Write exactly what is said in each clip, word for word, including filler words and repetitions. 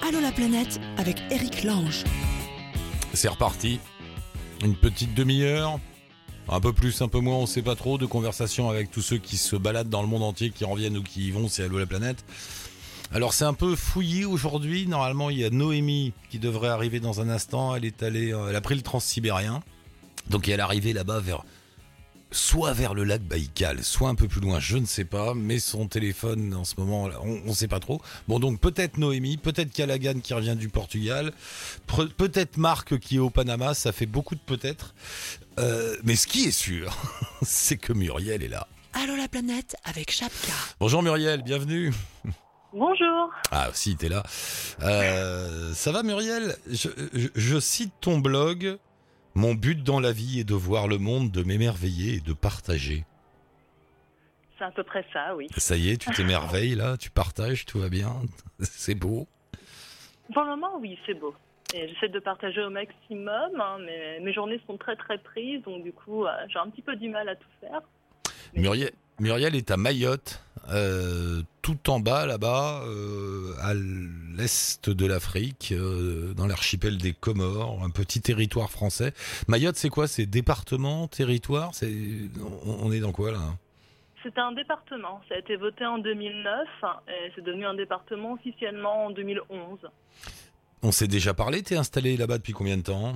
Allô la planète avec Eric Lange. C'est reparti. Une petite demi-heure, un peu plus, un peu moins, on sait pas trop, de conversation avec tous ceux qui se baladent dans le monde entier, qui reviennent ou qui y vont, c'est Allô la planète. Alors c'est un peu fouillis aujourd'hui. Normalement il y a Noémie qui devrait arriver dans un instant. Elle est allée, euh, elle a pris le transsibérien. Donc elle est arrivée là-bas vers, soit vers le lac Baïkal, soit un peu plus loin, je ne sais pas. Mais son téléphone en ce moment, on ne sait pas trop. Bon donc peut-être Noémie, peut-être Callaghan qui revient du Portugal, Pre- peut-être Marc qui est au Panama. Ça fait beaucoup de peut-être. Euh, mais ce qui est sûr, c'est que Muriel est là. Allô la planète avec Chapka. Bonjour Muriel, bienvenue. Bonjour. Ah si, t'es là. Euh, ça va Muriel, je, je, je cite ton blog. Mon but dans la vie est de voir le monde, de m'émerveiller et de partager. C'est à peu près ça, oui. Ça y est, tu t'émerveilles là, tu partages, tout va bien. C'est beau. Pour le moment, oui, c'est beau. Et j'essaie de partager au maximum, hein, mais mes journées sont très très prises, donc du coup, euh, j'ai un petit peu du mal à tout faire. Mais... Muriel, Muriel est à Mayotte, euh, tout en bas là-bas, euh, à l'est de l'Afrique, euh, dans l'archipel des Comores, un petit territoire français. Mayotte, c'est quoi? C'est département, territoire? C'est, on, on est dans quoi là? C'était un département. Ça a été voté en deux mille neuf et c'est devenu un département officiellement en deux mille onze. On s'est déjà parlé, t'es installé là-bas depuis combien de temps?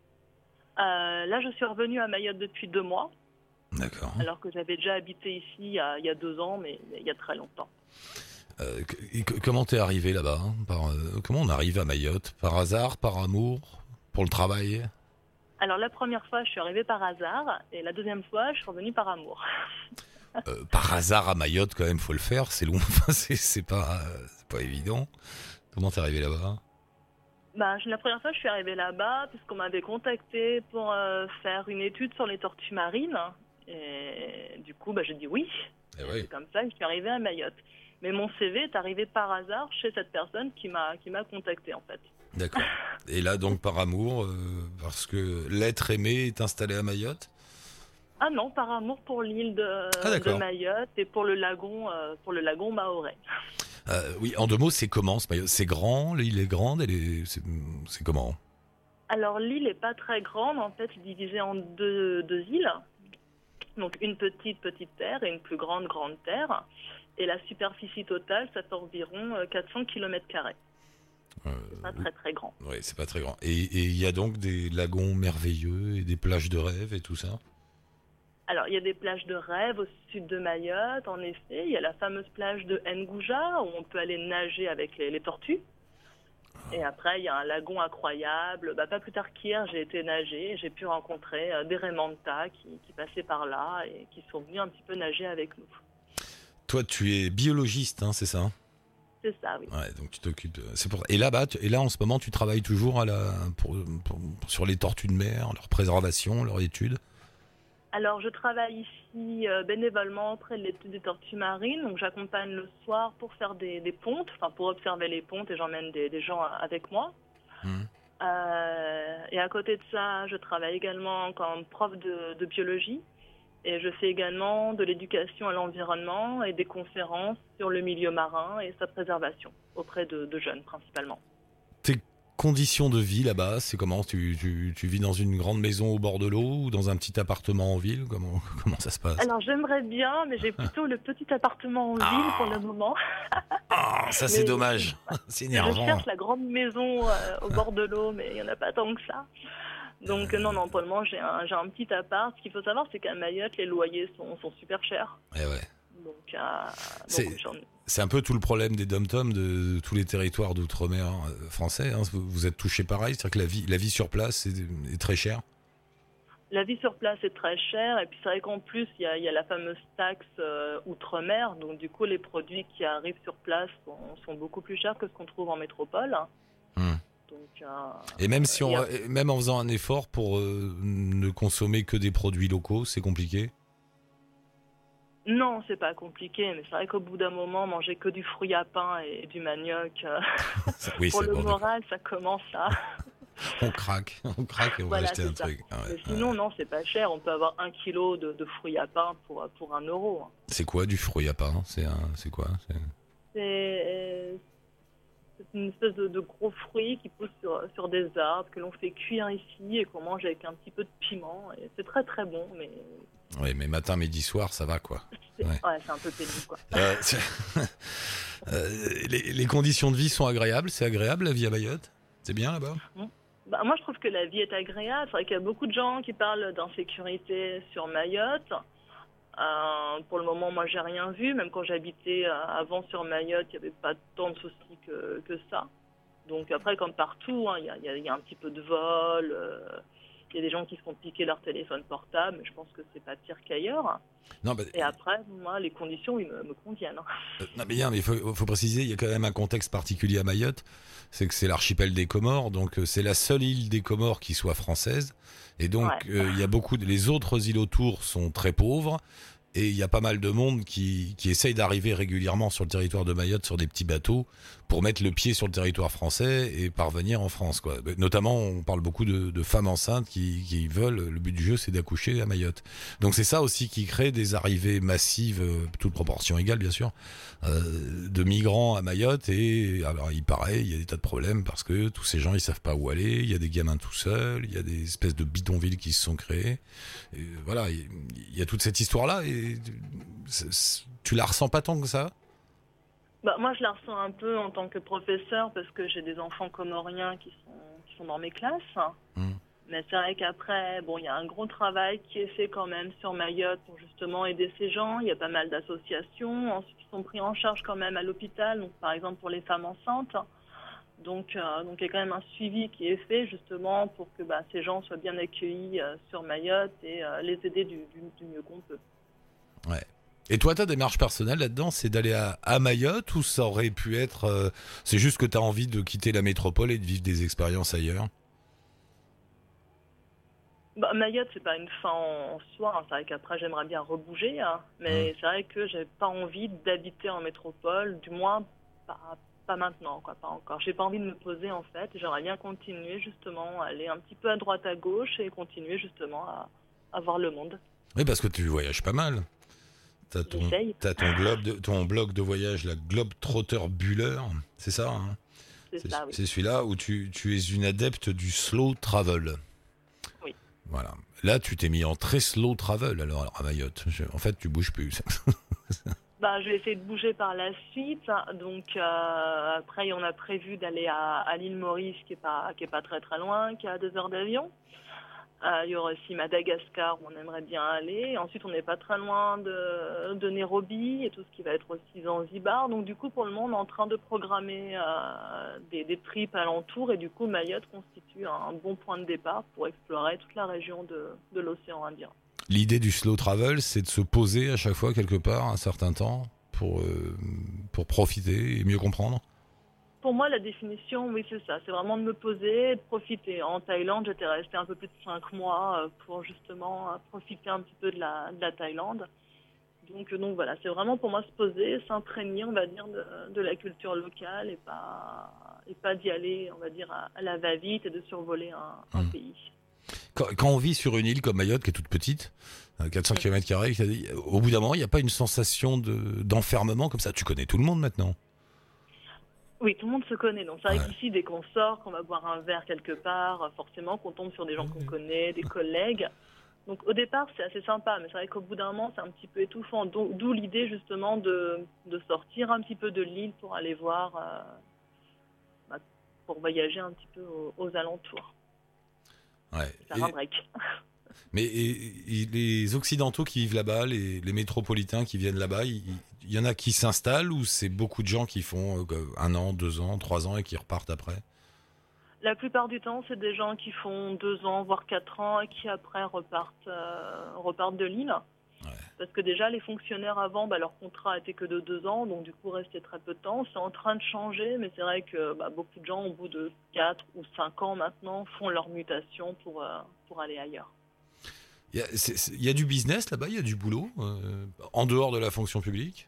Euh, là, je suis revenue à Mayotte depuis deux mois. D'accord. Alors que j'avais déjà habité ici il y a, il y a deux ans, mais il y a très longtemps. Euh, que- que- comment t'es arrivé là-bas, hein Par, euh, comment on arrive à Mayotte? Par hasard, par amour, pour le travail? Alors la première fois, je suis arrivée par hasard, et la deuxième fois, je suis revenue par amour. euh, Par hasard à Mayotte, quand même, faut le faire. C'est loin, enfin, c'est, c'est pas, euh, c'est pas évident. Comment t'es arrivé là-bas? Ben, je- la première fois, je suis arrivée là-bas puisqu'on m'avait contacté pour euh, faire une étude sur les tortues marines. Et du coup, ben, j'ai dit oui. Eh oui. C'est comme ça que je suis arrivée à Mayotte. Mais mon C V est arrivé par hasard chez cette personne qui m'a qui m'a contactée en fait. D'accord. Et là, donc, par amour, euh, parce que l'être aimé est installé à Mayotte? Ah non, par amour pour l'île de, Ah, d'accord. de Mayotte et pour le lagon euh, pour le lagon Mahorais. Euh, oui, en deux mots, c'est comment ce Mayotte? C'est grand, l'île est grande, elle est, c'est, c'est comment? Alors l'île est pas très grande, en fait, divisée en deux, deux îles. Donc une petite petite terre et une plus grande grande terre. Et la superficie totale, ça fait environ euh, quatre cents kilomètres carrés. Euh, C'est pas très très grand. Oui, c'est pas très grand. Et et il y a donc des lagons merveilleux et des plages de rêve et tout ça? Alors il y a des plages de rêve au sud de Mayotte, en effet. Il y a la fameuse plage de Ngouja où on peut aller nager avec les, les tortues. Et après, il y a un lagon incroyable. Bah, pas plus tard qu'hier, j'ai été nager et j'ai pu rencontrer euh, des Raymanta qui, qui passaient par là et qui sont venus un petit peu nager avec nous. Toi, tu es biologiste, hein, c'est ça? C'est ça, oui. Ouais, donc tu t'occupes. de- C'est pour. Et là-bas, tu- et là en ce moment, tu travailles toujours à la pour, pour- sur les tortues de mer, leur préservation, leur étude. Alors, je travaille ici euh, bénévolement auprès de l'étude des tortues marines. Donc, j'accompagne le soir pour faire des, des pontes, enfin pour observer les pontes et j'emmène des, des gens avec moi. Mhm. Euh, et à côté de ça, je travaille également comme prof de, de biologie. Et je fais également de l'éducation à l'environnement et des conférences sur le milieu marin et sa préservation auprès de, de jeunes principalement. Tes conditions de vie là-bas, c'est comment? Tu, tu, tu vis dans une grande maison au bord de l'eau ou dans un petit appartement en ville? Comment comment ça se passe? Alors j'aimerais bien, mais j'ai plutôt le petit appartement en ville Ah. pour le moment. Ah, ça c'est Mais- dommage. C'est Je énervant. cherche la grande maison euh, au bord de l'eau, mais il n'y en a pas tant que ça. Donc euh, non, non, pour le moment j'ai un, j'ai un petit appart. Ce qu'il faut savoir, c'est qu'à Mayotte, les loyers sont, sont super chers. Eh ouais. Donc, euh, C'est- donc j'en- C'est un peu tout le problème des dom-toms de, de tous les territoires d'outre-mer euh, français. Hein. Vous, vous êtes touchés pareil, c'est-à-dire que la vie, la vie sur place est, est très chère. La vie sur place est très chère et puis c'est vrai qu'en plus il y a, il y a la fameuse taxe euh, outre-mer, donc du coup les produits qui arrivent sur place sont, sont beaucoup plus chers que ce qu'on trouve en métropole. Hmm. Donc, euh, Et même si on, il y a- et même en faisant un effort pour euh, ne consommer que des produits locaux, c'est compliqué. Non, c'est pas compliqué, mais c'est vrai qu'au bout d'un moment, manger que du fruit à pain et du manioc, euh, Ça- oui, pour c'est le bon, d'accord. moral, ça commence à... On craque, on craque et on Voilà, va acheter c'est un ça. truc. Ah ouais, Mais sinon, ouais. non, c'est pas cher. On peut avoir un kilo de, de fruits à pain pour, pour un euro. hein. C'est quoi du fruit à pain? C'est un, c'est quoi? C'est- C'est C'est une espèce de, de gros fruit qui pousse sur, sur des arbres, que l'on fait cuire ici et qu'on mange avec un petit peu de piment. Et c'est très très bon, mais... Oui, mais matin, midi, soir, ça va, quoi. C'est, Ouais. ouais, c'est un peu pénible, quoi. Euh, euh, les, les conditions de vie sont agréables. C'est agréable, la vie à Mayotte? C'est bien, là-bas? Bah, moi, je trouve que la vie est agréable. C'est vrai qu'il y a beaucoup de gens qui parlent d'insécurité sur Mayotte. Euh, pour le moment, moi, j'ai rien vu. Même quand j'habitais euh, avant sur Mayotte, il n'y avait pas tant de soucis que, que ça. Donc après, comme partout, hein, il y, a, il y, a, il y a un petit peu de vol. Euh, il y a des gens qui se font piquer leur téléphone portable. Mais je pense que c'est pas pire qu'ailleurs. Non, bah, Et après, moi, les conditions, ils me, me conviennent. euh, non, mais bien, mais il faut, faut préciser, il y a quand même un contexte particulier à Mayotte. C'est que c'est l'archipel des Comores, donc euh, c'est la seule île des Comores qui soit française. Et donc, Ouais. euh, il y a beaucoup de, les autres îles autour sont très pauvres. Et il y a pas mal de monde qui, qui essaye d'arriver régulièrement sur le territoire de Mayotte sur des petits bateaux pour mettre le pied sur le territoire français et parvenir en France, quoi. Notamment, on parle beaucoup de, de femmes enceintes qui, qui veulent, le but du jeu, c'est d'accoucher à Mayotte. Donc c'est ça aussi qui crée des arrivées massives, euh, toute proportion égale, bien sûr, euh, de migrants à Mayotte. Et alors, il paraît, il y a des tas de problèmes parce que tous ces gens, ils savent pas où aller. Il y a des gamins tout seuls, il y a des espèces de bidonvilles qui se sont créés. Et voilà, il y a toute cette histoire-là. Et c'est, c'est, tu la ressens pas tant que ça? Bah, moi, je la ressens un peu en tant que professeur parce que j'ai des enfants comoriens qui sont, qui sont dans mes classes. Mmh. Mais c'est vrai qu'après, bon, il y a un gros travail qui est fait quand même sur Mayotte pour justement aider ces gens. Il y a pas mal d'associations. Ensuite, ils sont pris en charge quand même à l'hôpital, donc par exemple pour les femmes enceintes. Donc, euh, donc il y a quand même un suivi qui est fait justement pour que bah, ces gens soient bien accueillis euh, sur Mayotte et euh, les aider du, du, du mieux qu'on peut. Ouais. Et toi, ta démarche personnelle là-dedans, c'est d'aller à, à Mayotte ou ça aurait pu être... Euh, c'est juste que tu as envie de quitter la métropole et de vivre des expériences ailleurs? Bah, Mayotte, c'est pas une fin en soi. Hein. C'est vrai qu'après, j'aimerais bien rebouger. Hein. Mais mmh. c'est vrai que j'ai pas envie d'habiter en métropole, du moins pas, pas maintenant, quoi, pas encore. J'ai pas envie de me poser, en fait. J'aimerais bien continuer, justement, aller un petit peu à droite, à gauche et continuer, justement, à, à voir le monde. Oui, parce que tu voyages pas mal. T'as ton, t'as ton, globe de, ton blog de voyage, la Globetrotter Buller, c'est ça, hein? C'est, c'est ça, oui. C'est celui-là où tu, tu es une adepte du slow travel. Oui. Voilà. Là, tu t'es mis en très slow travel, alors, à Mayotte. Je, en fait, tu bouges plus. Bah, je vais essayer de bouger par la suite. Donc, euh, après, on a prévu d'aller à, à l'île Maurice, qui est pas, qui est pas très très loin, qui est à deux heures d'avion. Euh, il y aura aussi Madagascar où on aimerait bien aller. Ensuite, on n'est pas très loin de, de Nairobi et tout ce qui va être aussi Zanzibar. Donc, du coup, pour le moment, on est en train de programmer euh, des, des trips alentours. Et du coup, Mayotte constitue un bon point de départ pour explorer toute la région de, de l'océan Indien. L'idée du slow travel, c'est de se poser à chaque fois quelque part un certain temps pour, euh, pour profiter et mieux comprendre? Pour moi, la définition, oui, c'est ça. C'est vraiment de me poser et de profiter. En Thaïlande, j'étais restée un peu plus de cinq mois pour justement profiter un petit peu de la, de la Thaïlande. Donc, donc voilà, c'est vraiment pour moi se poser, s'imprégner, on va dire, de, de la culture locale et pas, et pas d'y aller, on va dire, à, à la va-vite et de survoler un, un mmh. pays. Quand, quand on vit sur une île comme Mayotte, qui est toute petite, quatre cents kilomètres carrés, au bout d'un moment, il n'y a pas une sensation de, d'enfermement comme ça? Tu connais tout le monde maintenant? Oui, tout le monde se connaît. Donc, c'est vrai ouais. qu'ici, dès qu'on sort, qu'on va boire un verre quelque part, forcément, qu'on tombe sur des gens qu'on connaît, des collègues. Donc, au départ, c'est assez sympa. Mais c'est vrai qu'au bout d'un moment, c'est un petit peu étouffant. Donc, d'où l'idée, justement, de, de sortir un petit peu de l'île pour aller voir, euh, bah, pour voyager un petit peu aux, aux alentours. Ouais. Faire un break. Mais et, et les Occidentaux qui vivent là-bas, les, les métropolitains qui viennent là-bas, il, il y en a qui s'installent ou c'est beaucoup de gens qui font euh, un an, deux ans, trois ans et qui repartent après? La plupart du temps, c'est des gens qui font deux ans, voire quatre ans et qui après repartent, euh, repartent de l'île. Ouais. Parce que déjà, les fonctionnaires avant, bah, leur contrat était que de deux ans, donc du coup, restait très peu de temps. C'est en train de changer, mais c'est vrai que bah, beaucoup de gens, au bout de quatre ou cinq ans maintenant, font leur mutation pour, euh, pour aller ailleurs. Il y a, c'est, c'est, il y a du business là-bas, il y a du boulot, euh, en dehors de la fonction publique?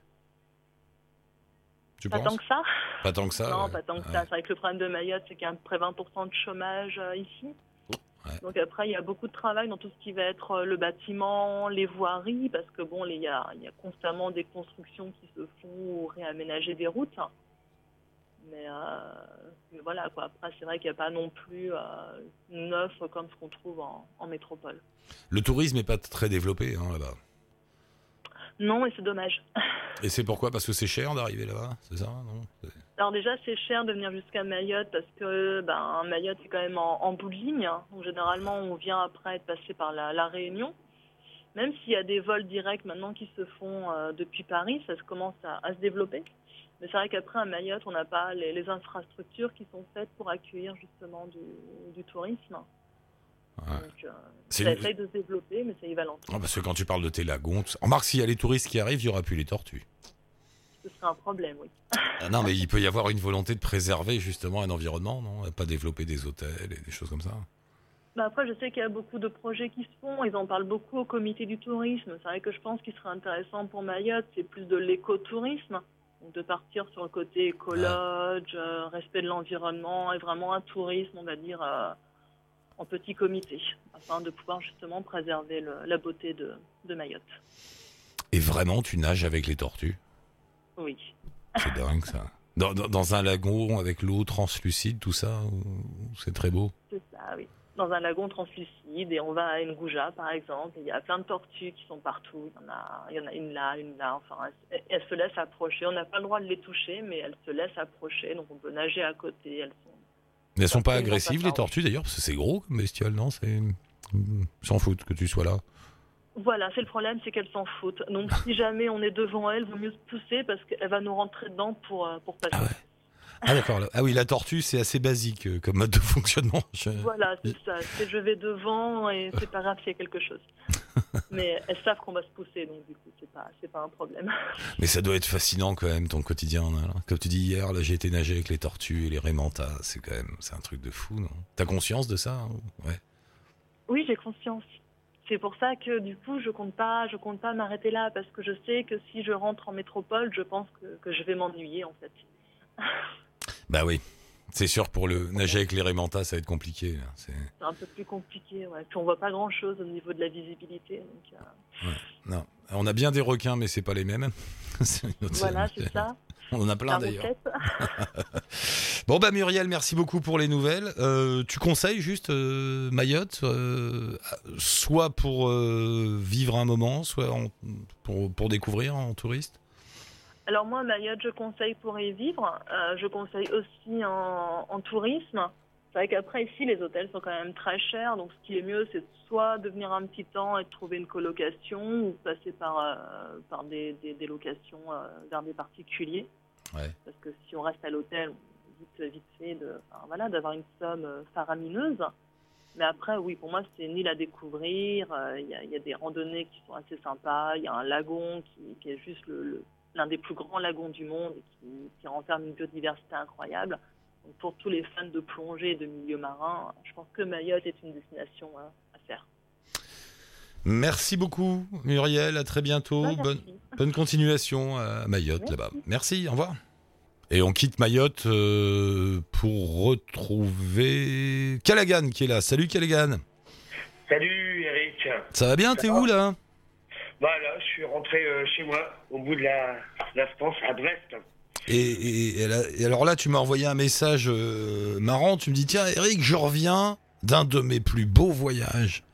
Tu pas penses? tant que ça. Pas tant que ça. Non, ouais. pas tant que ouais. ça. C'est vrai que le problème de Mayotte, c'est qu'il y a à peu près vingt pour cent de chômage euh, ici. Ouais. Donc après, il y a beaucoup de travail dans tout ce qui va être euh, le bâtiment, les voiries, parce que bon, il y a, il y a constamment des constructions qui se font ou réaménager des routes. Mais, euh, mais voilà, quoi. Après, c'est vrai qu'il n'y a pas non plus euh, neuf comme ce qu'on trouve en, en métropole. Le tourisme n'est pas très développé hein, là-bas. Non, et c'est dommage. Et c'est pourquoi? Parce que c'est cher d'arriver là-bas, c'est ça non c'est... Alors déjà, c'est cher de venir jusqu'à Mayotte parce que ben, Mayotte est quand même en, en bout de ligne. Donc généralement, on vient après être passé par la, la Réunion. Même s'il y a des vols directs maintenant qui se font euh, depuis Paris, ça se commence à, à se développer. Mais c'est vrai qu'après, à Mayotte, on n'a pas les, les infrastructures qui sont faites pour accueillir justement du, du tourisme. Ouais. Donc, euh, C'est ça une- essaye de se développer, mais ça y va lentement. Ah, parce que quand tu parles de tes lagons, tout ça- remarque s'il y a les touristes qui arrivent, il n'y aura plus les tortues. Ce serait un problème, oui. Ah non, mais il peut y avoir une volonté de préserver justement un environnement, non? Pas développer des hôtels et des choses comme ça. Bah après, je sais qu'il y a beaucoup de projets qui se font. Ils en parlent beaucoup au comité du tourisme. C'est vrai que je pense qu'il serait intéressant pour Mayotte, c'est plus de l'écotourisme. Donc de partir sur le côté écologe, euh, respect de l'environnement et vraiment un tourisme, on va dire, euh, en petit comité, afin de pouvoir justement préserver le- la beauté de, de Mayotte. Et vraiment, tu nages avec les tortues? Oui. C'est dingue ça. Dans, dans, dans un lagon avec l'eau translucide, tout ça, ou- c'est très beau. C'est ça, oui. Dans un lagon translucide, et on va à Ngouja, par exemple, et il y a plein de tortues qui sont partout. Il y en a, il y en a une là, une là, enfin, elles, elles se laissent approcher. On n'a pas le droit de les toucher, mais elles se laissent approcher, donc on peut nager à côté. Elles sont... Mais elles sont pas Absolument agressives pas les ça, tortues d'ailleurs, parce que c'est gros comme bestiole, non? C'est... Ils s'en foutent que tu sois là. Voilà, c'est le problème, c'est qu'elles s'en foutent. Donc si jamais on est devant elles, il vaut mieux se pousser parce qu'elle va nous rentrer dedans pour, euh, pour passer. Ah ouais. Ah d'accord. là- Ah oui, la tortue, c'est assez basique euh, comme mode de fonctionnement. Je- Voilà, c'est ça. C'est je vais devant et c'est pas grave s'il y a quelque chose. Mais elles savent qu'on va se pousser, donc du coup, c'est pas, c'est pas un problème. Mais ça doit être fascinant quand même ton quotidien. Là. Comme tu dis hier, là j'ai été nager avec les tortues et les raimentas. C'est quand même, c'est un truc de fou, non? T'as conscience de ça? Hein? Ouais. Oui, j'ai conscience. C'est pour ça que du coup, je compte pas, je compte pas m'arrêter là parce que je sais que si je rentre en métropole, je pense que, que je vais m'ennuyer en fait. Bah oui. C'est sûr pour le nager avec les raimentas, ça va être compliqué. Là. C'est... C'est un peu plus compliqué, ouais. Puis on voit pas grand chose au niveau de la visibilité. Donc, euh, Non, on a bien des requins, mais c'est pas les mêmes. C'est une autre- voilà, c'est ça. On en a La plein d'ailleurs. rouquette. Bon bah Muriel, merci beaucoup pour les nouvelles. Euh, tu conseilles juste euh, Mayotte, euh, soit pour euh, vivre un moment, soit en- pour, pour découvrir en touriste? Alors moi, Mayotte, je conseille pour y vivre. Euh, je conseille aussi en, en tourisme. C'est vrai qu'après, ici, les hôtels sont quand même très chers. Donc, ce qui est mieux, c'est soit de venir un petit temps et de trouver une colocation ou passer par, euh, par des, des, des locations euh, vers des particuliers. Ouais. Parce que si on reste à l'hôtel, on vite, vite fait de, enfin, voilà, d'avoir une somme euh, faramineuse. Mais après, oui, pour moi, c'est une île à découvrir. Il y, a, y a des randonnées qui sont assez sympas. Il y a un lagon qui, qui est juste le, le l'un des plus grands lagons du monde et qui, qui renferme une biodiversité incroyable. Donc pour tous les fans de plongée et de milieu marin, je pense que Mayotte est une destination euh, à faire. Merci beaucoup Muriel, à très bientôt. Bah, merci. bonne, bonne continuation à Mayotte Merci. là-bas. Merci, au revoir. Et on quitte Mayotte euh, pour retrouver Callaghan qui est là. Salut Callaghan. Salut Eric. Ça va bien, Ça t'es va où là? Bah là, je suis rentré euh, chez moi, au bout de la, la France, à Brest. Et, et- et là- et alors là, tu m'as envoyé un message euh, marrant. Tu me dis, tiens, Eric, je reviens d'un de mes plus beaux voyages.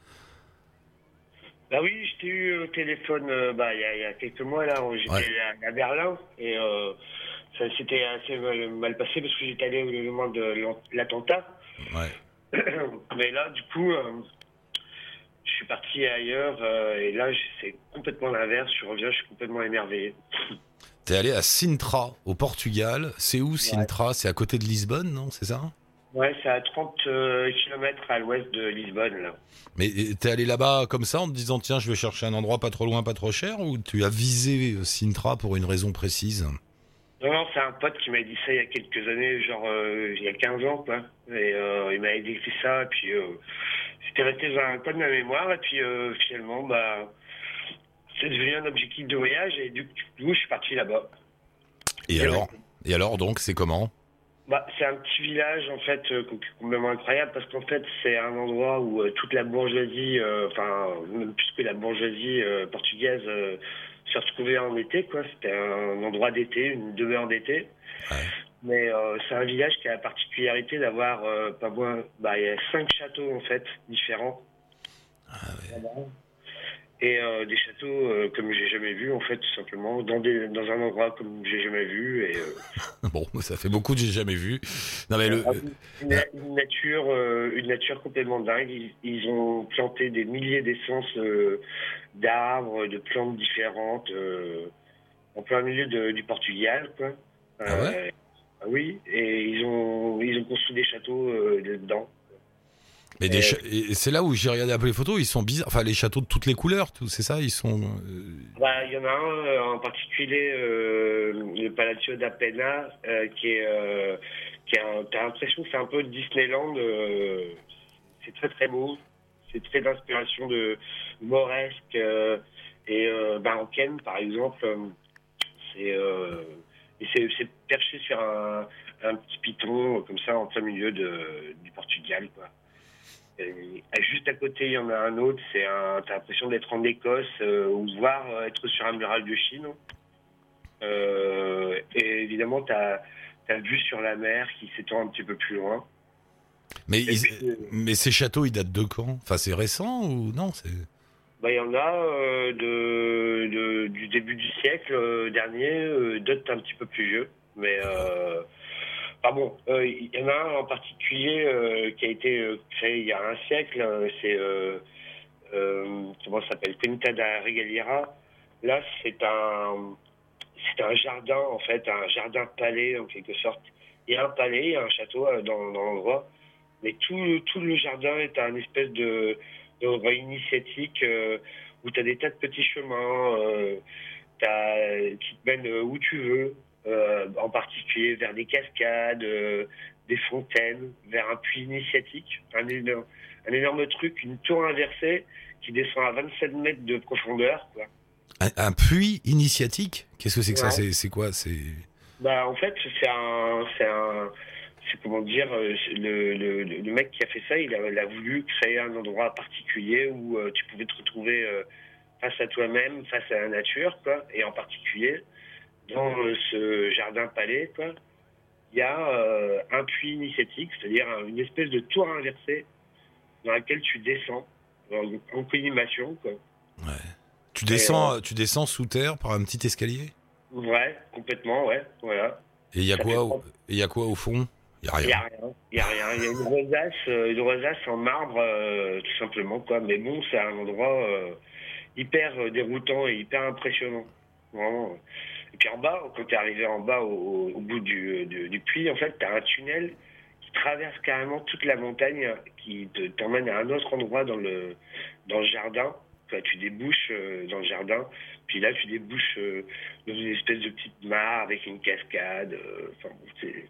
Bah oui, je t'ai eu au téléphone euh, bah, il y, a- il y a quelques mois, là, où j'étais Ouais. à, à Berlin, et euh, ça s'était assez mal, mal passé parce que j'étais allé au moment de l'an- l'attentat. Ouais. Mais là, du coup, euh, je suis parti ailleurs, euh, et là, c'est complètement l'inverse. Je reviens, je suis complètement émerveillé. T'es allé à Sintra, au Portugal. C'est où Sintra? C'est à côté de Lisbonne, non? C'est ça? Ouais, c'est à trente kilomètres à l'ouest de Lisbonne, là. Mais et t'es allé là-bas comme ça en te disant, tiens, je vais chercher un endroit pas trop loin, pas trop cher, ou tu as visé euh, Sintra pour une raison précise? Non, non, c'est un pote qui m'a dit ça il y a quelques années, genre euh, il y a quinze ans, quoi. Et euh, il m'avait décrit ça, et puis euh, c'était resté dans un coin de ma mémoire, et puis euh, finalement, bah, c'est devenu un objectif de voyage, et du coup, je suis parti là-bas. Et Et alors? ouais. Et alors, donc, c'est comment? Bah, c'est un petit village, en fait, euh, complètement incroyable, parce qu'en fait, c'est un endroit où euh, toute la bourgeoisie, euh, enfin, même plus que la bourgeoisie euh, portugaise, euh, se retrouvait en été, quoi. C'était un endroit d'été, une demeure d'été. Ouais. Mais euh, c'est un village qui a la particularité d'avoir euh, pas moins, bah, il y a cinq châteaux en fait différents. Ah ouais. Voilà. Et euh, des châteaux euh, comme j'ai jamais vu en fait, tout simplement, dans des dans un endroit comme j'ai jamais vu. Et euh, Bon, ça fait beaucoup de j'ai jamais vu. Non mais le, ah, une, une nature, euh, une nature complètement dingue. Ils, ils ont planté des milliers d'essences euh, d'arbres, de plantes différentes, euh, en plein milieu de, du Portugal, quoi. Ah ouais Euh, ah oui, et ils ont ils ont construit des châteaux euh, dedans. mais des Euh, cha- et c'est là où j'ai regardé un peu les photos, ils sont bizarres. Enfin, les châteaux de toutes les couleurs, tout, c'est ça, ils sont. euh, Bah, il y en a un euh, en particulier, euh, le Palacio da Pena, euh, qui est, euh, qui est un, t'as l'impression que c'est un peu Disneyland. Euh, c'est très très beau, c'est très d'inspiration de mauresque euh, et euh, marocaine par exemple. C'est euh, et c'est, c'est perché sur un, un petit piton comme ça en plein milieu de, du Portugal, quoi. Et juste à côté, il y en a un autre, c'est un, t'as l'impression d'être en Écosse euh, ou voire euh, être sur un mural de Chine. Euh, et évidemment, t'as t'as vue sur la mer qui s'étend un petit peu plus loin. Mais, Et ils- puis, euh, mais ces châteaux, ils datent de quand? Enfin, c'est récent ou non c'est... bah, il y en a euh, de, de- du début du siècle euh, dernier, euh, d'autres un petit peu plus vieux. Mais euh, ah bon, euh, il y en a un en particulier euh, qui a été euh, créé il y a un siècle. euh, c'est euh, euh, comment ça s'appelle, Quinta da Regaliera. Là, c'est un c'est un jardin en fait, un jardin palais en quelque sorte. Il y a un palais, il y a un château euh, dans, dans l'endroit, mais tout tout le jardin est un espèce de d'endroit initiatique euh, où tu as des tas de petits chemins euh, t'as, qui te mènent euh, où tu veux, euh, en particulier vers des cascades, euh, des fontaines, vers un puits initiatique, un énorme, un énorme truc, une tour inversée qui descend à vingt-sept mètres de profondeur, quoi. Un, un puits initiatique? Qu'est-ce que c'est que ça? Ouais. C'est, c'est quoi? C'est... Bah, en fait, c'est un, c'est un, c'est comment dire, euh, c'est le, le, le mec qui a fait ça, il a, il a voulu que ça ait un endroit particulier où euh, tu pouvais te retrouver euh, face à toi-même, face à la nature, quoi. Et en particulier, dans euh, ce jardin-palais, quoi, il y a euh, un puits initiatique, c'est-à-dire une espèce de tour inversée dans laquelle tu descends en, en collimation, quoi. Ouais. Tu descends, tu descends sous terre par un petit escalier? Ouais, complètement, ouais, voilà. Et il y a Ça quoi? fait au- trop- Et il y a quoi au fond? Il y a Il y a rien. rien, il y a rien. Il y a une rosace, euh, une rosace en marbre, euh, tout simplement, quoi. Mais bon, c'est un endroit euh, hyper euh, déroutant et hyper impressionnant, vraiment. Et puis en bas, quand tu es arrivé en bas, au, au bout du, du, du puits, en fait, tu as un tunnel qui traverse carrément toute la montagne, qui te, t'emmène à un autre endroit dans le, dans le jardin. Enfin, tu débouches euh, dans le jardin, puis là, tu débouches euh, dans une espèce de petite mare avec une cascade. euh, Enfin, bon, c'est...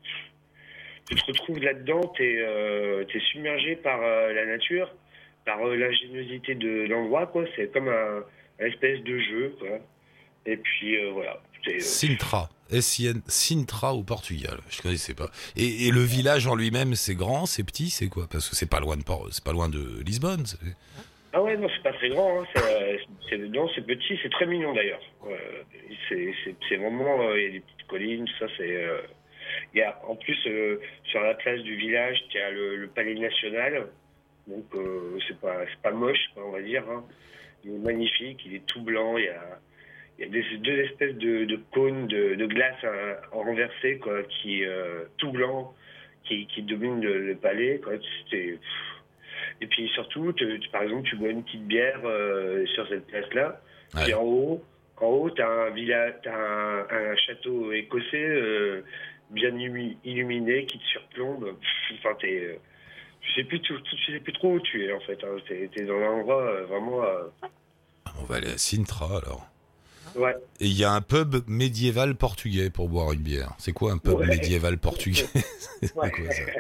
Tu te retrouves là-dedans, tu es euh, submergé par euh, la nature, par euh, l'ingéniosité de l'endroit, quoi. C'est comme un, un espèce de jeu, quoi. Et puis euh, voilà. C'est, euh, Sintra. S I N, Sintra au Portugal. Je connaissais pas. Et, et le village en lui-même, c'est grand, c'est petit, c'est quoi? Parce que c'est pas loin de Port, c'est pas loin de Lisbonne. c'est- Ah ouais, non, c'est pas très grand. Hein. C'est, c'est, non, c'est petit, c'est très mignon d'ailleurs. Euh, c'est, c'est, c'est vraiment, euh, il y a des petites collines, tout ça, c'est. Euh, il y a en plus euh, sur la place du village, il y a le, le palais national. Donc euh, c'est pas, c'est pas moche, quoi, on va dire. Hein. Il est magnifique, il est tout blanc. Il y a, il y a des, deux espèces de, de cônes de, de glace hein, renversés, quoi, qui euh, tout blanc, qui, qui dominent le, le palais, quoi. C'était. Et puis surtout, tu, tu- par exemple, tu bois une petite bière euh, sur cette place-là. Ouais. Puis en haut, en haut, t'as un village, t'as un, un château écossais euh, bien illumi- illuminé qui te surplombe. Enfin, t'es, euh, tu sais plus, tout, tu sais plus trop où tu es en fait. Hein. T'es, t'es dans un endroit euh, vraiment. euh, On va aller à Sintra alors. ouais. Et il y a un pub médiéval portugais pour boire une bière. C'est quoi un pub Ouais. médiéval portugais? C'est Ouais. quoi ça?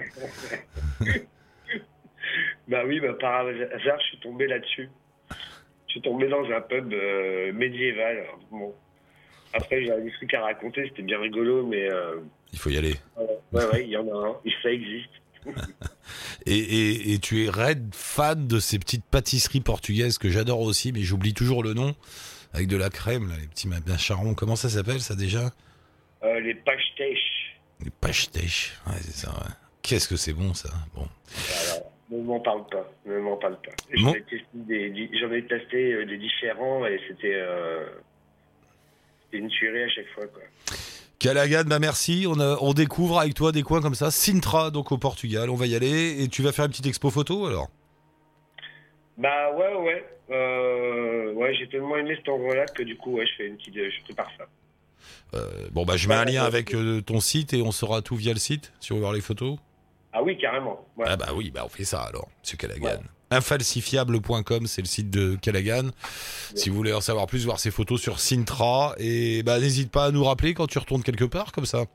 Bah oui, bah par hasard, je suis tombé là-dessus. Je suis tombé dans un pub euh, médiéval. Alors, bon. Après, j'avais des trucs à raconter, c'était bien rigolo, mais euh, Il faut y aller. ouais, ouais, il y en a un, et ça existe. Et, et, et tu es raide fan de ces petites pâtisseries portugaises que j'adore aussi, mais j'oublie toujours le nom, avec de la crème, là, les petits macharons. Comment ça s'appelle ça déjà? Euh, les pastèches. Les pastèches, ouais, c'est ça. Ouais. Qu'est-ce que c'est bon ça. Bon. Voilà. Ne m'en parle pas, ne m'en parle pas. J'en Bon. ai testé des, j'en ai testé euh, des différents et c'était, euh, c'était une tuerie à chaque fois, quoi. Callaghan, bah merci. On, a, on découvre avec toi des coins comme ça. Sintra, donc au Portugal. On va y aller. Et tu vas faire une petite expo photo alors? Bah ouais, ouais. Euh, ouais, j'ai tellement aimé cet endroit-là que du coup, ouais, je fais une petite, je prépare ça. Euh, bon, bah je mets un lien avec euh, ton site et on saura tout via le site si on veut voir les photos. Ah oui, carrément. Ouais. Ah bah oui, bah on fait ça alors, monsieur Callaghan. Ouais. Infalsifiable point com, c'est le site de Callaghan. Ouais. Si vous voulez en savoir plus, voir ses photos sur Sintra. Et bah n'hésite pas à nous rappeler quand tu retournes quelque part comme ça.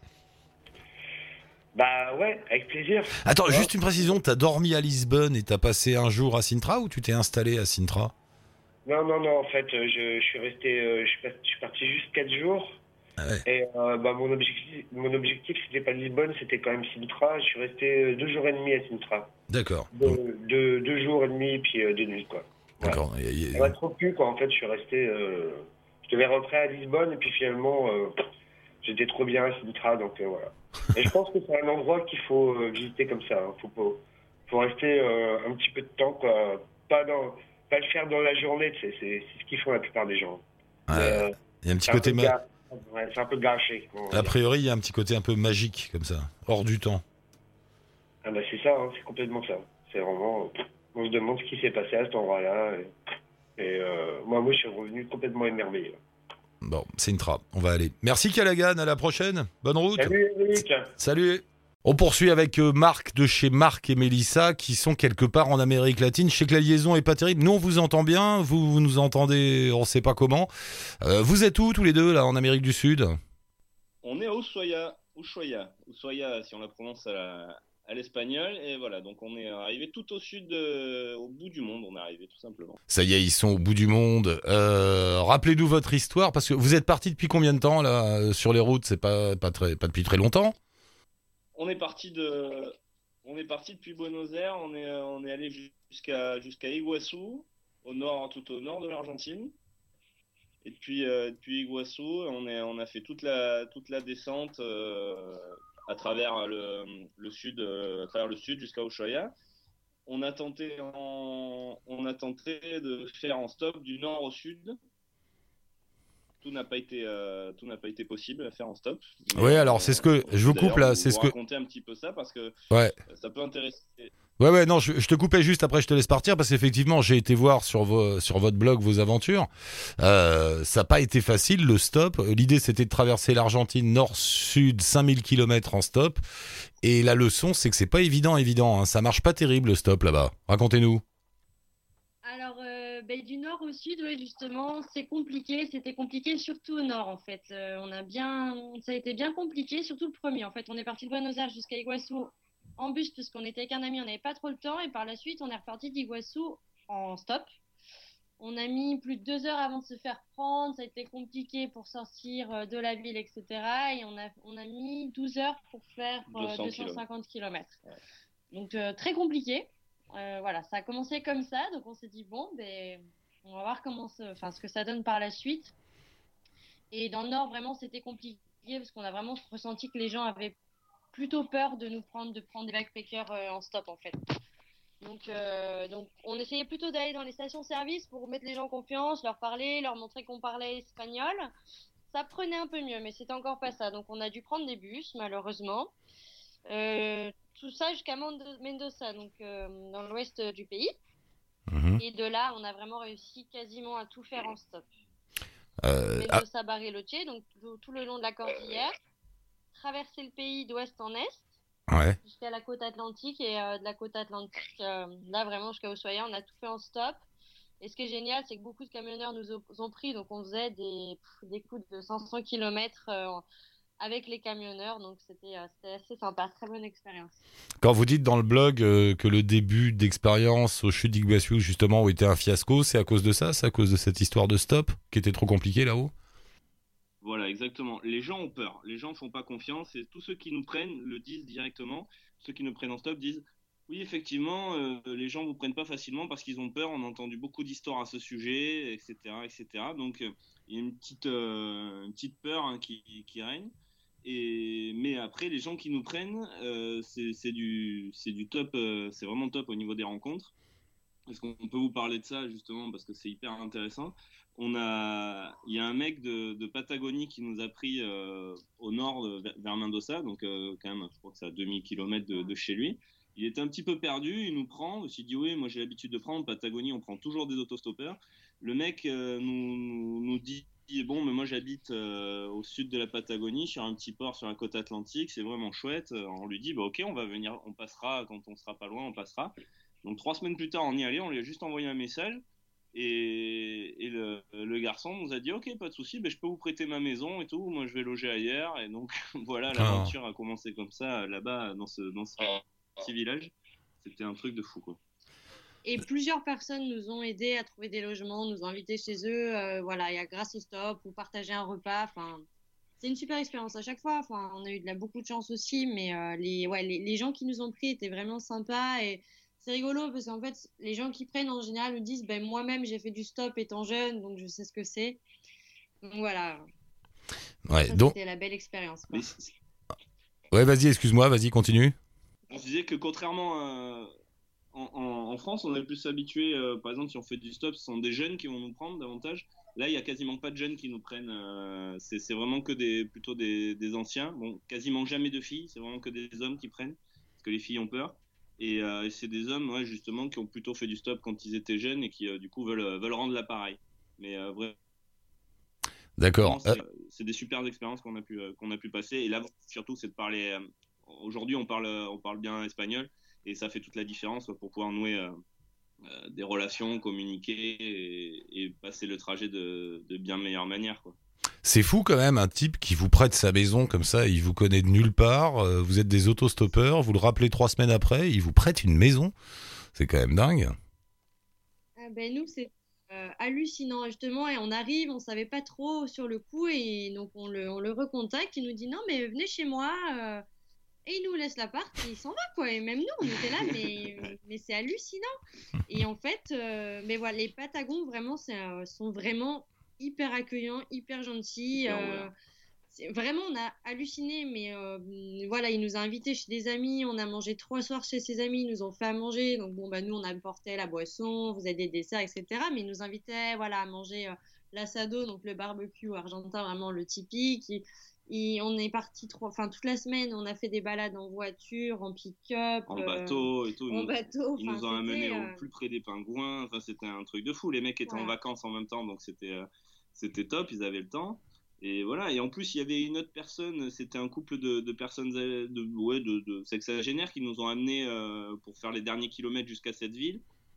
Bah ouais, avec plaisir. Attends, ouais. Juste une précision, t'as dormi à Lisbonne et t'as passé un jour à Sintra ou tu t'es installé à Sintra? Non, non, non, en fait, euh, je, je suis resté, euh, je, suis pas- je suis parti juste quatre jours. Ah ouais. Et euh, bah, mon objectif, mon objectif, c'était pas Lisbonne, c'était quand même Sintra. Je suis resté euh, deux jours et demi à Sintra. D'accord. Deux, Donc, deux, deux jours et demi, puis euh, deux nuits, quoi. Ouais. d'accord. Y a- y a- Ça m'a trop plu, quoi. En fait, je suis resté. Euh, je devais rentrer à Lisbonne, et puis finalement, euh, j'étais trop bien à Sintra, donc euh, voilà. Et je pense que c'est un endroit qu'il faut euh, visiter comme ça. Hein. Faut pas, faut rester euh, un petit peu de temps, quoi. Pas dans, pas le faire dans la journée. C'est, c'est, c'est ce qu'ils font la plupart des gens. Ouais, Mais, euh, y a un petit c'est un côté peu ma- ga- ouais, c'est un peu gâché. on va A dire. priori, il y a un petit côté un peu magique comme ça, hors du temps. Ah bah c'est ça, hein, c'est complètement ça. C'est vraiment, euh, on se demande ce qui s'est passé à cet endroit-là. Et, et euh, moi, moi, je suis revenu complètement émerveillé. Bon, Sintra, on va aller. Merci Callaghan, à la prochaine. Bonne route. Salut, Eric. Salut. On poursuit avec euh, Marc de chez Marc et Mélissa qui sont quelque part en Amérique latine. Je sais que la liaison est pas terrible. Nous, on vous entend bien. Vous, vous nous entendez, on sait pas comment. Euh, vous êtes où tous les deux là en Amérique du Sud? On est à Ushuaia, Ushuaia, Ushuaia si on la prononce à, la- à l'espagnol. Et voilà, donc on est arrivé tout au sud, de- au bout du monde, on est arrivé tout simplement. Ça y est, ils sont au bout du monde. Euh, rappelez-nous votre histoire parce que vous êtes partis depuis combien de temps là euh, sur les routes? C'est pas pas très pas depuis très longtemps. On est parti de, on est parti depuis Buenos Aires, on est, euh, on est allé jusqu'à jusqu'à Iguaçu, au nord, tout au nord de l'Argentine. Et depuis, euh, depuis Iguaçu, on, est, on a fait toute la, toute la descente euh, à travers le, le sud, euh, à travers le sud jusqu'à Ushuaia. On a tenté, en, on a tenté de faire en stop du nord au sud. Tout n'a pas été, euh, tout n'a pas été possible à faire en stop. Mais, Ouais, alors c'est ce que je vous coupe là, d'ailleurs, c'est vous ce que raconter un petit peu ça parce que ouais. ça peut intéresser. Ouais, ouais, non, je, je te coupais juste après, je te laisse partir parce qu'effectivement, j'ai été voir sur, vos, sur votre blog vos aventures. Euh, ça n'a pas été facile le stop. L'idée, c'était de traverser l'Argentine nord-sud, cinq mille kilomètres en stop. Et la leçon, c'est que c'est pas évident, évident. Hein. Ça marche pas terrible le stop là-bas. Racontez-nous. Alors, euh, ben, du nord au sud, oui, justement, c'est compliqué. C'était compliqué surtout au nord, en fait. Euh, on a bien, ça a été bien compliqué, surtout le premier. En fait, on est parti de Buenos Aires jusqu'à Iguaçu en bus parce qu'on était avec un ami, on n'avait pas trop le temps. Et par la suite, on est reparti d'Iguaçu en stop. On a mis plus de deux heures avant de se faire prendre. Ça a été compliqué pour sortir euh, de la ville, et cetera. Et on a, on a mis douze heures pour faire euh, deux cents deux cent cinquante kilomètres. Ouais. Donc, euh, très compliqué. Euh, voilà, ça a commencé comme ça. Donc, on s'est dit, bon, ben, on va voir comment ça, enfin, ce que ça donne par la suite. Et dans le nord, vraiment, c'était compliqué parce qu'on a vraiment ressenti que les gens avaient plutôt peur de nous prendre, de prendre des backpackers euh, en stop, en fait. Donc, euh, donc, on essayait plutôt d'aller dans les stations-service pour mettre les gens en confiance, leur parler, leur montrer qu'on parlait espagnol. Ça prenait un peu mieux, mais c'était encore pas ça. Donc, on a dû prendre des bus, malheureusement. Euh, tout ça jusqu'à Mendoza, donc euh, dans l'ouest du pays. Mmh. Et de là, on a vraiment réussi quasiment à tout faire en stop. Euh, Mendoza, ah... Bariloche, donc tout, tout le long de la cordillère. Traverser le pays d'ouest en est. Ouais. Jusqu'à la côte atlantique et euh, de la côte atlantique, euh, là vraiment jusqu'à Ushuaia, on a tout fait en stop. Et ce qui est génial, c'est que beaucoup de camionneurs nous ont pris, donc on faisait des, des coups de cinq cents kilomètres euh, avec les camionneurs, donc c'était, euh, c'était assez sympa, très bonne expérience. Quand vous dites dans le blog euh, que le début d'expérience au chute d'Iguaçu justement a été un fiasco, c'est à cause de ça, c'est à cause de cette histoire de stop qui était trop compliquée là-haut? Voilà, exactement. Les gens ont peur, les gens ne font pas confiance et tous ceux qui nous prennent le disent directement. Ceux qui nous prennent en stop disent oui, effectivement, euh, les gens ne vous prennent pas facilement parce qu'ils ont peur. On a entendu beaucoup d'histoires à ce sujet, et cetera, et cetera. Donc, euh, il y a une petite, euh, une petite peur hein, qui, qui règne. Et, mais après, les gens qui nous prennent, euh, c'est, c'est, du, c'est du top, euh, c'est vraiment top au niveau des rencontres. Est-ce qu'on peut vous parler de ça justement parce que c'est hyper intéressant. On a, il y a un mec de, de Patagonie qui nous a pris euh, au nord de, vers Mendoza, donc euh, quand même, je crois que c'est à deux mille kilomètres de, de chez lui. Il était un petit peu perdu, il nous prend. Je me suis dit oui, moi j'ai l'habitude de prendre Patagonie, on prend toujours des autostoppeurs. Le mec euh, nous, nous, nous dit bon, mais moi j'habite euh, au sud de la Patagonie, sur un petit port sur la côte atlantique, c'est vraiment chouette. On lui dit bah ok, on va venir, on passera quand on sera pas loin, on passera. Donc trois semaines plus tard, on y allait, on lui a juste envoyé un message et, et le, le garçon nous a dit ok, pas de souci, ben, je peux vous prêter ma maison et tout, moi je vais loger ailleurs. Et donc voilà, l'aventure a commencé comme ça là-bas dans ce, dans ce petit village. C'était un truc de fou quoi. Et plusieurs personnes nous ont aidés à trouver des logements, nous ont invités chez eux, euh, voilà, il y a grâce au stop ou partager un repas, enfin. C'est une super expérience à chaque fois. Enfin, on a eu de la, beaucoup de chance aussi, mais euh, les, ouais, les, les gens qui nous ont pris étaient vraiment sympas et c'est rigolo parce qu'en fait, les gens qui prennent en général nous disent ben, moi-même j'ai fait du stop étant jeune, donc je sais ce que c'est. Donc voilà. Ouais, ça, donc... C'était la belle expérience. Mais ouais, vas-y, excuse-moi, vas-y, continue. On se disait que contrairement à... en, en, en France, on est plus habitué, euh, par exemple, si on fait du stop, ce sont des jeunes qui vont nous prendre davantage. Là, il n'y a quasiment pas de jeunes qui nous prennent. Euh, c'est, c'est vraiment que des, plutôt des, des anciens. Bon, quasiment jamais de filles, c'est vraiment que des hommes qui prennent, parce que les filles ont peur. Et, euh, et c'est des hommes, ouais, justement, qui ont plutôt fait du stop quand ils étaient jeunes et qui, euh, du coup, veulent, veulent rendre l'appareil. Mais euh, vraiment, d'accord. C'est, euh... c'est des super expériences qu'on a pu, euh, qu'on a pu passer. Et là, surtout, c'est de parler. Euh, aujourd'hui, on parle, on parle bien espagnol et ça fait toute la différence pour pouvoir nouer euh, euh, des relations, communiquer et, et passer le trajet de, de bien meilleure manière, quoi. C'est fou quand même, un type qui vous prête sa maison comme ça, il vous connaît de nulle part, euh, vous êtes des autostoppeurs, vous le rappelez trois semaines après, il vous prête une maison. C'est quand même dingue. Ah ben nous, c'est euh, hallucinant justement et on arrive, on savait pas trop sur le coup et donc on le, on le recontacte, il nous dit non mais venez chez moi euh, et il nous laisse l'appart et il s'en va quoi. Et même nous, on était là mais, mais c'est hallucinant. Et en fait, euh, mais voilà, les Patagons vraiment c'est, euh, sont vraiment hyper accueillants, hyper gentils. Euh, c'est, vraiment, on a halluciné, mais euh, voilà, il nous a invités chez des amis. On a mangé trois soirs chez ses amis. Ils nous ont fait à manger. Donc, bon, bah, nous, on apportait la boisson, on faisait des desserts, et cetera. Mais ils nous invitaient voilà, à manger euh, l'assado, donc le barbecue argentin, vraiment le typique. Et, et on est parti trois, enfin, toute la semaine. On a fait des balades en voiture, en pick-up, en bateau et tout. En ils bateau. Ils nous ont amenés euh... au plus près des pingouins. Enfin, c'était un truc de fou. Les mecs étaient voilà. en vacances en même temps, donc c'était. Euh... C'était top, ils avaient le temps. Et voilà. Et en plus, il y avait une autre personne, c'était un couple de, de personnes de, ouais, de, de sexagénaires qui nous ont amenés euh, pour faire les derniers kilomètres jusqu'à cette ville.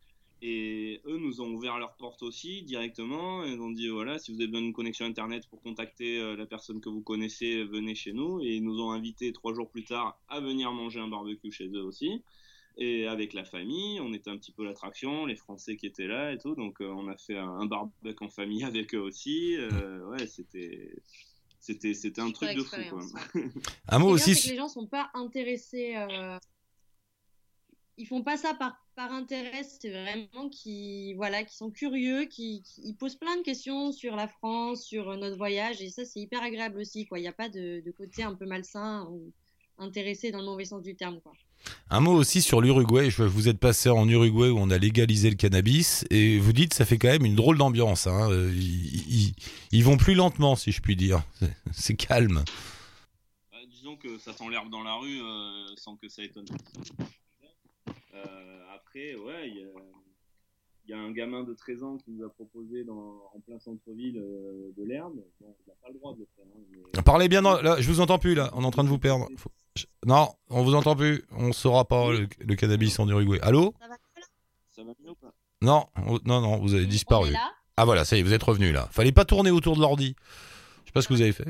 Et eux nous ont ouvert leurs portes aussi directement. Ils ont dit voilà, si vous avez besoin d'une connexion internet pour contacter euh, la personne que vous connaissez, venez chez nous. Et ils nous ont invités trois jours plus tard à venir manger un barbecue chez eux aussi. Et avec la famille, on était un petit peu l'attraction, les Français qui étaient là et tout, donc euh, on a fait un, un barbecue en famille avec eux aussi. Euh, ouais, c'était, c'était, c'était un truc de fou, quoi. Un mot aussi. C'est que les gens sont pas intéressés, euh... ils font pas ça par par intérêt, c'est vraiment qui, voilà, qui sont curieux, qui, qui ils posent plein de questions sur la France, sur notre voyage, et ça c'est hyper agréable aussi, quoi. Il y a pas de, de côté un peu malsain ou intéressé dans le mauvais sens du terme, quoi. Un mot aussi sur l'Uruguay. Vous êtes passé en Uruguay où on a légalisé le cannabis et vous dites que ça fait quand même une drôle d'ambiance. Hein. Ils, ils, ils vont plus lentement, si je puis dire. C'est, c'est calme. Bah, disons que ça sent l'herbe dans la rue euh, sans que ça étonne. Euh, après, ouais, il y, y a un gamin de treize ans qui nous a proposé dans, en plein centre-ville euh, de l'herbe. Bon, il n'a pas le droit de le faire. Hein, mais... Parlez bien, dans, là, je vous entends plus là. On est en train de vous perdre. Faut... Non, on vous entend plus. On saura pas le, le cannabis en Uruguay. Allô ? Ça va, ça va mieux ou pas ? Non, non, non, vous avez disparu. Là ah voilà, ça y est, vous êtes revenu là. Fallait pas tourner autour de l'ordi. Je sais pas ce que vous avez fait.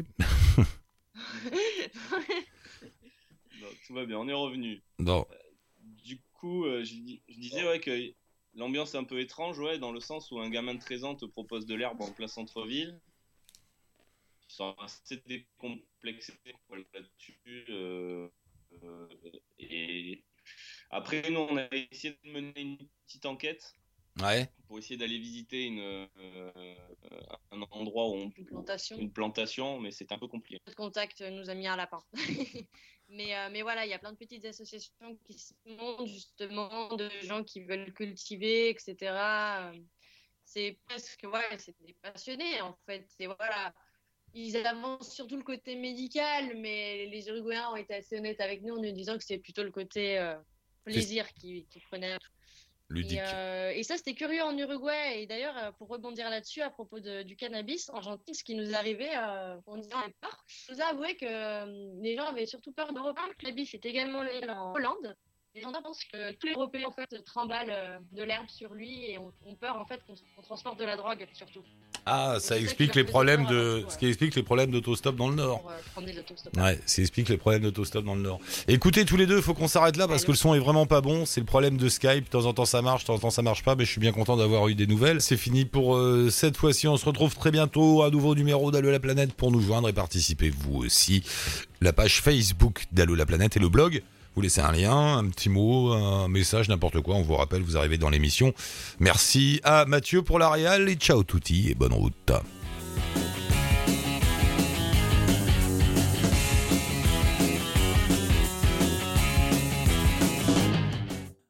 Non, tout va bien, on est revenu. Non. Euh, du coup, euh, je, je disais ouais que l'ambiance est un peu étrange, ouais, dans le sens où un gamin de treize ans te propose de l'herbe en plein centre-ville. Ils sont assez décomplexés là-dessus. Euh, euh, et après, nous, on a essayé de mener une petite enquête Ouais. pour essayer d'aller visiter une, euh, un endroit où on, Une plantation. une plantation, mais c'est un peu compliqué. Notre contact nous a mis un lapin. mais, euh, mais voilà, il y a plein de petites associations qui se montent justement de gens qui veulent cultiver, et cetera. C'est presque, ouais, c'est des passionnés en fait. C'est voilà, ils avancent surtout le côté médical, mais les Uruguayens ont été assez honnêtes avec nous en nous disant que c'était plutôt le côté euh, plaisir qui, qui prenait tout. Ludique. Et, euh, et ça, c'était curieux en Uruguay. Et d'ailleurs, euh, pour rebondir là-dessus, à propos de, du cannabis, en Argentine, ce qui nous est arrivé euh, en disant au départ, je vous ai avoué que euh, les gens avaient surtout peur d'Europe. Le cannabis est également légal en Hollande. Les gens pensent que tous les Européens en fait tremballent euh, de l'herbe sur lui et ont, ont peur en fait qu'on, qu'on transporte de la drogue surtout. Ah, ça explique les problèmes de, ce qui explique les problèmes d'autostop dans le Nord. Pour, euh, prendre des autostops. Ouais, ça explique les problèmes d'autostop dans le Nord. Écoutez, tous les deux, faut qu'on s'arrête là parce que le son est vraiment pas bon. C'est le problème de Skype. De temps en temps ça marche, de temps en temps ça marche pas. Mais je suis bien content d'avoir eu des nouvelles. C'est fini pour euh, cette fois-ci. On se retrouve très bientôt. Un nouveau numéro d'Allo la planète pour nous joindre et participer vous aussi. La page Facebook d'Allo la planète et le blog. Vous laissez un lien, un petit mot, un message, n'importe quoi. On vous rappelle, vous arrivez dans l'émission. Merci à Mathieu pour la réal et ciao touti et bonne route.